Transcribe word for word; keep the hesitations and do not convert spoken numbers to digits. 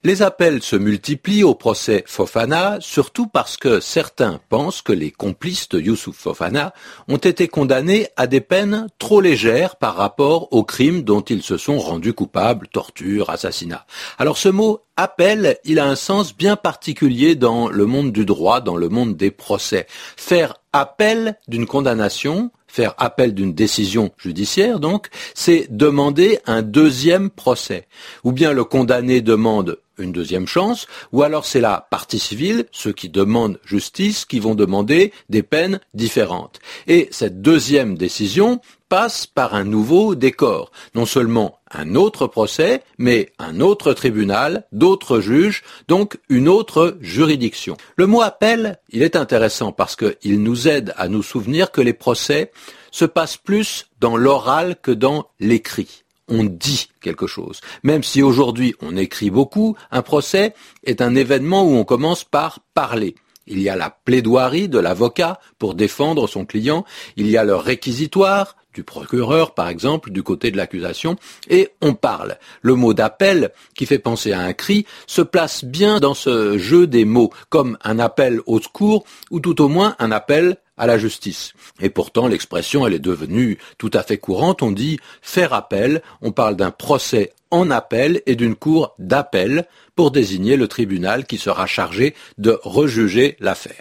Les appels se multiplient au procès Fofana, surtout parce que certains pensent que les complices de Youssouf Fofana ont été condamnés à des peines trop légères par rapport aux crimes dont ils se sont rendus coupables, torture, assassinat. Alors ce mot « appel », il a un sens bien particulier dans le monde du droit, dans le monde des procès. Faire appel d'une condamnation, faire appel d'une décision judiciaire, donc, c'est demander un deuxième procès. Ou bien le condamné demande une deuxième chance, ou alors c'est la partie civile, ceux qui demandent justice, qui vont demander des peines différentes. Et cette deuxième décision passe par un nouveau décor. Non seulement un autre procès, mais un autre tribunal, d'autres juges, donc une autre juridiction. Le mot appel, il est intéressant parce qu'il nous aide à nous souvenir que les procès se passent plus dans l'oral que dans l'écrit. On dit quelque chose. Même si aujourd'hui on écrit beaucoup, un procès est un événement où on commence par parler. Il y a la plaidoirie de l'avocat pour défendre son client, il y a le réquisitoire du procureur, par exemple, du côté de l'accusation, et on parle. Le mot d'appel, qui fait penser à un cri, se place bien dans ce jeu des mots, comme un appel au secours, ou tout au moins un appel à la justice. Et pourtant, l'expression, elle est devenue tout à fait courante. On dit faire appel, on parle d'un procès en appel et d'une cour d'appel pour désigner le tribunal qui sera chargé de rejuger l'affaire.